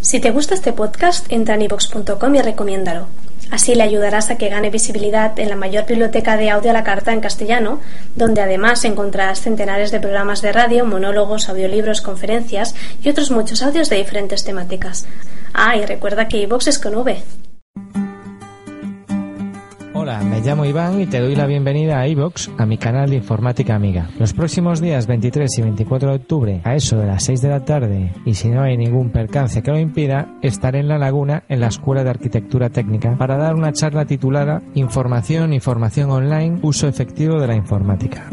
Si te gusta este podcast, entra en iVoox.com y recomiéndalo. Así le ayudarás a que gane visibilidad en la mayor biblioteca de audio a la carta en castellano, donde además encontrarás centenares de programas de radio, monólogos, audiolibros, conferencias y otros muchos audios de diferentes temáticas. Ah, y recuerda que iVoox es con V. Hola, me llamo Iván y te doy la bienvenida a iVoox, a mi canal de Informática Amiga. Los próximos días 23 y 24 de octubre, a eso de las 6 de la tarde, y si no hay ningún percance que lo impida, estaré en La Laguna, en la Escuela de Arquitectura Técnica, para dar una charla titulada Información y formación online, uso efectivo de la informática.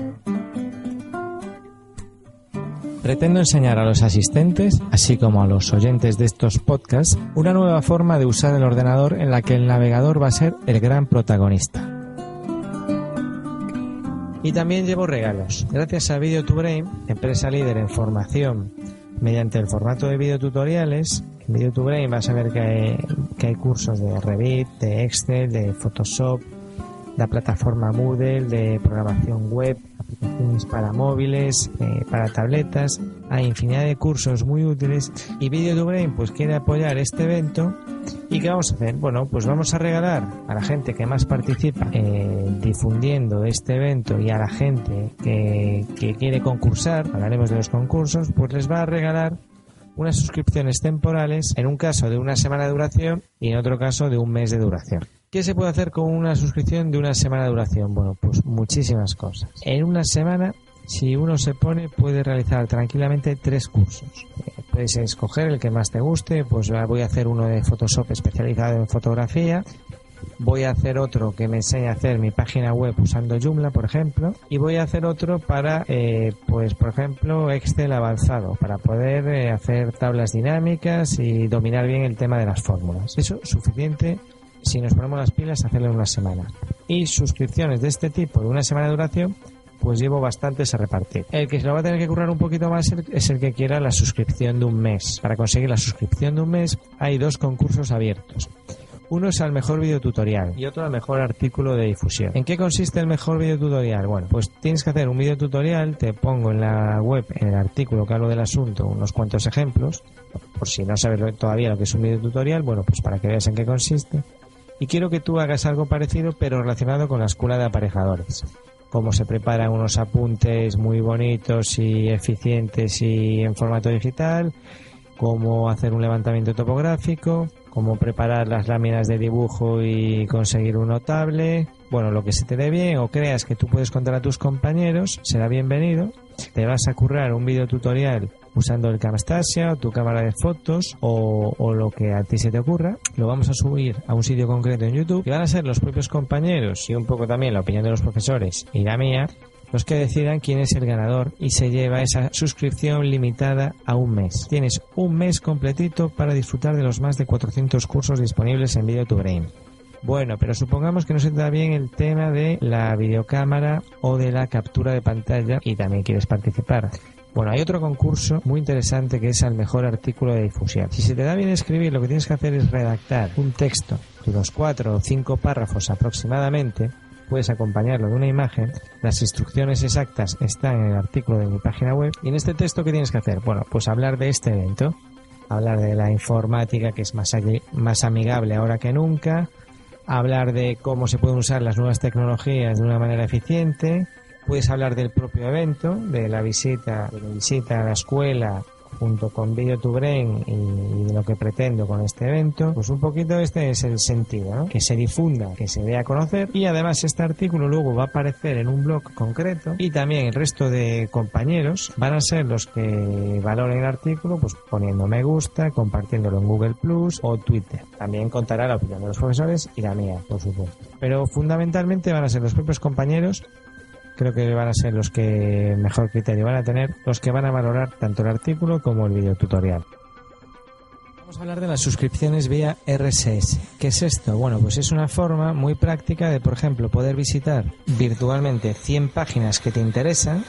Pretendo enseñar a los asistentes, así como a los oyentes de estos podcasts, una nueva forma de usar el ordenador en la que el navegador va a ser el gran protagonista. Y también llevo regalos. Gracias a Video2Brain, empresa líder en formación mediante el formato de videotutoriales, en Video2Brain vas a ver que hay cursos de Revit, de Excel, de Photoshop, de la plataforma Moodle, de programación web, aplicaciones para móviles, para tabletas. Hay infinidad de cursos muy útiles y Video2Brain pues quiere apoyar este evento. ¿Y qué vamos a hacer? Bueno, pues vamos a regalar a la gente que más participa difundiendo este evento y a la gente que quiere concursar, hablaremos de los concursos, pues les va a regalar unas suscripciones temporales, en un caso de una semana de duración y en otro caso de un mes de duración. ¿Qué se puede hacer con una suscripción de una semana de duración? Bueno, pues muchísimas cosas. En una semana, si uno se pone, puede realizar tranquilamente 3 cursos. Puedes escoger el que más te guste, pues voy a hacer uno de Photoshop especializado en fotografía, voy a hacer otro que me enseñe a hacer mi página web usando Joomla, por ejemplo, y voy a hacer otro para, pues por ejemplo, Excel avanzado, para poder hacer tablas dinámicas y dominar bien el tema de las fórmulas. Eso es suficiente. Si nos ponemos las pilas, hacerlo en una semana. Y suscripciones de este tipo de una semana de duración, pues llevo bastantes a repartir. El que se lo va a tener que currar un poquito más es el que quiera la suscripción de un mes. Para conseguir la suscripción de un mes hay 2 concursos abiertos. Uno es al mejor videotutorial y otro al mejor artículo de difusión. ¿En qué consiste el mejor videotutorial? Bueno, pues tienes que hacer un videotutorial, te pongo en la web, en el artículo que hablo del asunto, unos cuantos ejemplos, por si no sabes todavía lo que es un videotutorial, bueno, pues para que veas en qué consiste. Y quiero que tú hagas algo parecido, pero relacionado con la escuela de aparejadores. Cómo se preparan unos apuntes muy bonitos y eficientes y en formato digital, cómo hacer un levantamiento topográfico, cómo preparar las láminas de dibujo y conseguir un notable. Bueno, lo que se te dé bien o creas que tú puedes contar a tus compañeros, será bienvenido. Te vas a currar un videotutorial usando el Camtasia o tu cámara de fotos o lo que a ti se te ocurra. Lo vamos a subir a un sitio concreto en YouTube y van a ser los propios compañeros y un poco también la opinión de los profesores y la mía los que decidan quién es el ganador y se lleva esa suscripción limitada a un mes. Tienes un mes completito para disfrutar de los más de 400 cursos disponibles en Video2Brain. Bueno, pero supongamos que no se te da bien el tema de la videocámara o de la captura de pantalla y también quieres participar. Bueno, hay otro concurso muy interesante que es al mejor artículo de difusión. Si se te da bien escribir, lo que tienes que hacer es redactar un texto de unos 4 o 5 párrafos aproximadamente. Puedes acompañarlo de una imagen. Las instrucciones exactas están en el artículo de mi página web. Y en este texto, ¿qué tienes que hacer? Bueno, pues hablar de este evento. Hablar de la informática, que es más amigable ahora que nunca. Hablar de cómo se pueden usar las nuevas tecnologías de una manera eficiente. Puedes hablar del propio evento, de la visita a la escuela junto con Video2Brain y de lo que pretendo con este evento. Pues un poquito este es el sentido, ¿no? Que se difunda, que se dé a conocer, y además este artículo luego va a aparecer en un blog concreto y también el resto de compañeros van a ser los que valoren el artículo pues poniendo me gusta, compartiéndolo en Google Plus o Twitter. También contará la opinión de los profesores y la mía, por supuesto. Pero fundamentalmente van a ser los propios compañeros. Creo que van a ser los que mejor criterio van a tener, los que van a valorar tanto el artículo como el videotutorial. Vamos a hablar de las suscripciones vía RSS. ¿Qué es esto? Bueno, pues es una forma muy práctica de, por ejemplo, poder visitar virtualmente 100 páginas que te interesan,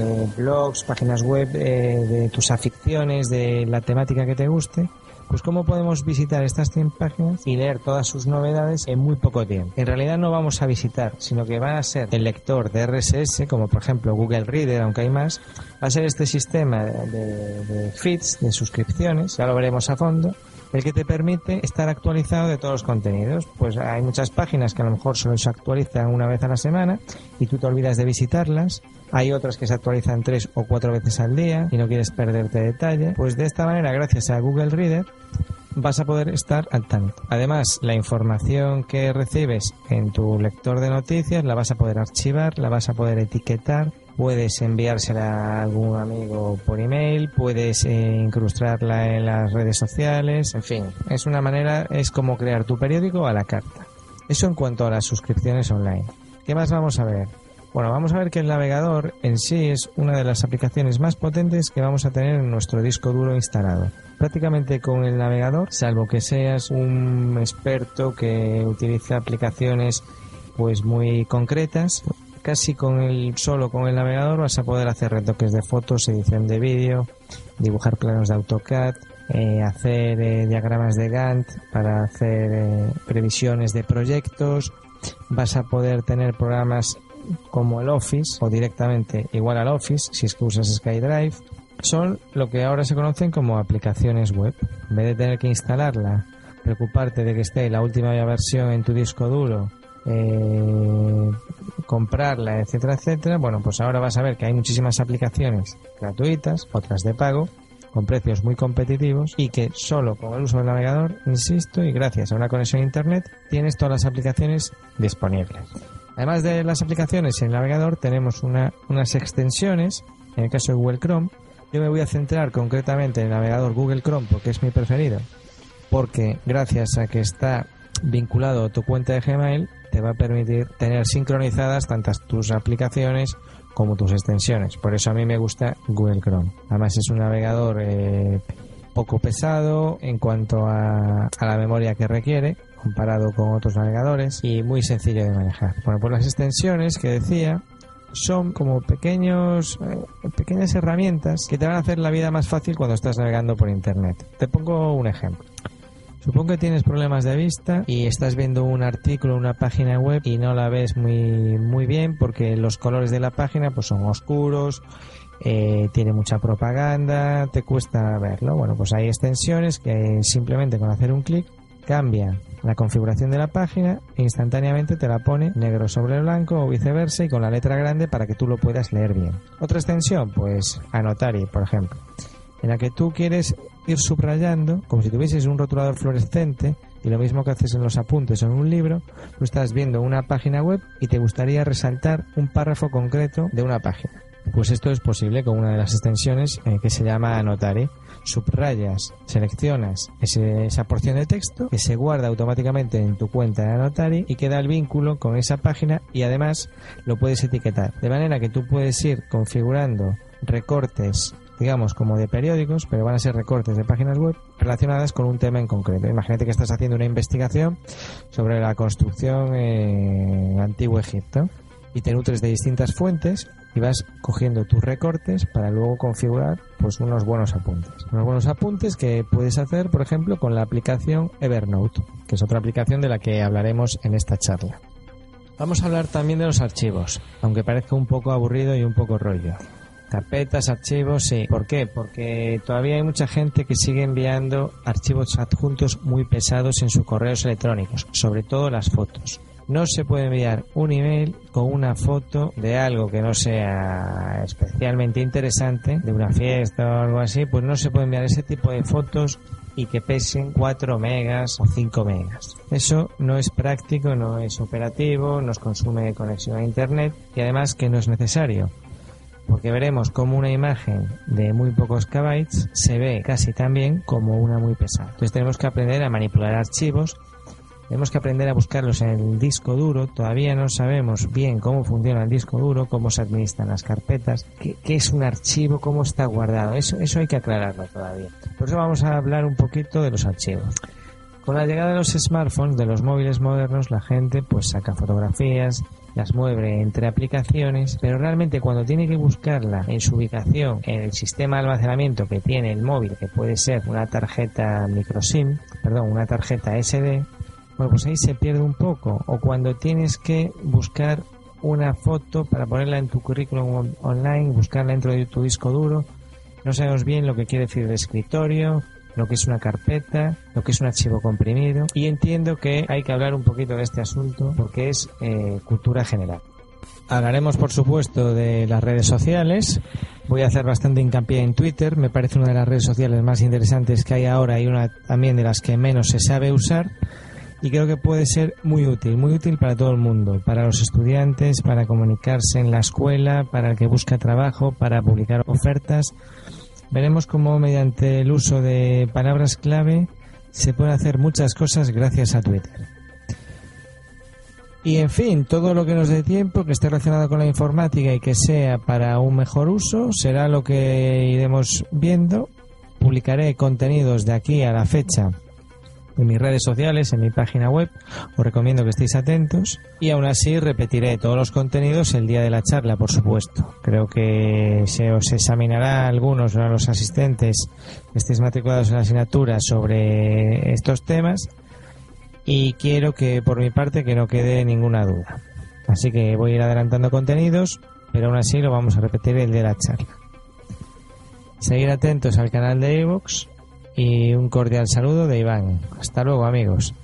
blogs, páginas web de tus aficiones, de la temática que te guste. Pues cómo podemos visitar estas 100 páginas y leer todas sus novedades en muy poco tiempo. En realidad no vamos a visitar, sino que van a ser el lector de RSS, como por ejemplo Google Reader, aunque hay más, va a ser este sistema de feeds, de suscripciones, ya lo veremos a fondo, el que te permite estar actualizado de todos los contenidos. Pues hay muchas páginas que a lo mejor solo se actualizan una vez a la semana y tú te olvidas de visitarlas. Hay otras que se actualizan 3 o 4 veces al día y no quieres perderte detalle. Pues de esta manera, gracias a Google Reader, vas a poder estar al tanto. Además, la información que recibes en tu lector de noticias la vas a poder archivar, la vas a poder etiquetar, puedes enviársela a algún amigo por email, puedes incrustarla en las redes sociales, en fin, es una manera, es como crear tu periódico a la carta. Eso en cuanto a las suscripciones online. ¿Qué más vamos a ver? Bueno, vamos a ver que el navegador en sí es una de las aplicaciones más potentes que vamos a tener en nuestro disco duro instalado. Prácticamente con el navegador, salvo que seas un experto que utiliza aplicaciones pues muy concretas, casi solo con el navegador vas a poder hacer retoques de fotos, edición de vídeo, dibujar planos de AutoCAD, hacer diagramas de Gantt para hacer previsiones de proyectos. Vas a poder tener programas como el Office o directamente igual al Office si es que usas SkyDrive. Son lo que ahora se conocen como aplicaciones web. En vez de tener que instalarla, preocuparte de que esté la última versión en tu disco duro, comprarla, etcétera, etcétera, bueno, pues ahora vas a ver que hay muchísimas aplicaciones gratuitas, otras de pago, con precios muy competitivos y que solo con el uso del navegador, insisto, y gracias a una conexión a internet, tienes todas las aplicaciones disponibles. Además de las aplicaciones en el navegador, tenemos unas extensiones, en el caso de Google Chrome. Yo me voy a centrar concretamente en el navegador Google Chrome porque es mi preferido, porque gracias a que está vinculado a tu cuenta de Gmail, te va a permitir tener sincronizadas tantas tus aplicaciones como tus extensiones. Por eso a mí me gusta Google Chrome. Además es un navegador poco pesado en cuanto a la memoria que requiere, comparado con otros navegadores, y muy sencillo de manejar. Bueno, pues las extensiones que decía son como pequeñas herramientas que te van a hacer la vida más fácil cuando estás navegando por internet. Te pongo un ejemplo. Supongo que tienes problemas de vista y estás viendo un artículo, una página web y no la ves muy bien porque los colores de la página pues son oscuros, tiene mucha propaganda, te cuesta verlo. Bueno, pues hay extensiones que simplemente con hacer un clic cambia la configuración de la página e instantáneamente te la pone negro sobre blanco o viceversa y con la letra grande para que tú lo puedas leer bien. Otra extensión, pues Anotari, por ejemplo, en la que tú quieres ir subrayando como si tuvieses un rotulador fluorescente, y lo mismo que haces en los apuntes o en un libro. Tú estás viendo una página web y te gustaría resaltar un párrafo concreto de una página. Pues esto es posible con una de las extensiones que se llama Anotari. Subrayas, seleccionas esa porción de texto que se guarda automáticamente en tu cuenta de Anotari y queda el vínculo con esa página, y además lo puedes etiquetar. De manera que tú puedes ir configurando recortes, digamos como de periódicos, pero van a ser recortes de páginas web relacionadas con un tema en concreto. Imagínate que estás haciendo una investigación sobre la construcción en Antiguo Egipto y te nutres de distintas fuentes y vas cogiendo tus recortes para luego configurar pues unos buenos apuntes que puedes hacer, por ejemplo, con la aplicación Evernote, que es otra aplicación de la que hablaremos en esta charla. Vamos a hablar también de los archivos, aunque parezca un poco aburrido y un poco rollo. Carpetas, archivos, sí. ¿Por qué? Porque todavía hay mucha gente que sigue enviando archivos adjuntos muy pesados en sus correos electrónicos, sobre todo las fotos. No se puede enviar un email con una foto de algo que no sea especialmente interesante, de una fiesta o algo así, pues no se puede enviar ese tipo de fotos y que pesen 4 megas o 5 megas. Eso no es práctico, no es operativo, nos consume conexión a internet y además que no es necesario, porque veremos como una imagen de muy pocos kbytes se ve casi tan bien como una muy pesada. Entonces tenemos que aprender a manipular archivos. Tenemos que aprender a buscarlos en el disco duro. Todavía no sabemos bien cómo funciona el disco duro, cómo se administran las carpetas, qué es un archivo, cómo está guardado. Eso hay que aclararlo todavía. Por eso vamos a hablar un poquito de los archivos. Con la llegada de los smartphones, de los móviles modernos, la gente pues saca fotografías, las mueve entre aplicaciones, pero realmente cuando tiene que buscarla en su ubicación, en el sistema de almacenamiento que tiene el móvil, que puede ser una tarjeta microSIM, una tarjeta SD, bueno, pues ahí se pierde un poco. O cuando tienes que buscar una foto para ponerla en tu currículum online, buscarla dentro de tu disco duro, no sabemos bien lo que quiere decir el escritorio, lo que es una carpeta, lo que es un archivo comprimido, y entiendo que hay que hablar un poquito de este asunto porque es cultura general. Hablaremos, por supuesto, de las redes sociales. Voy a hacer bastante hincapié en Twitter. Me parece una de las redes sociales más interesantes que hay ahora y una también de las que menos se sabe usar. Y creo que puede ser muy útil para todo el mundo, para los estudiantes, para comunicarse en la escuela, para el que busca trabajo, para publicar ofertas. Veremos cómo mediante el uso de palabras clave se pueden hacer muchas cosas gracias a Twitter. Y en fin, todo lo que nos dé tiempo, que esté relacionado con la informática y que sea para un mejor uso, será lo que iremos viendo. Publicaré contenidos de aquí a la fecha en mis redes sociales, en mi página web. Os recomiendo que estéis atentos. Y aún así repetiré todos los contenidos el día de la charla, por supuesto. Creo que se os examinará a algunos, a los asistentes que estéis matriculados en la asignatura, sobre estos temas. Y quiero que, por mi parte, que no quede ninguna duda. Así que voy a ir adelantando contenidos, pero aún así lo vamos a repetir el de la charla. Seguir atentos al canal de iVoox y un cordial saludo de Iván. Hasta luego, amigos.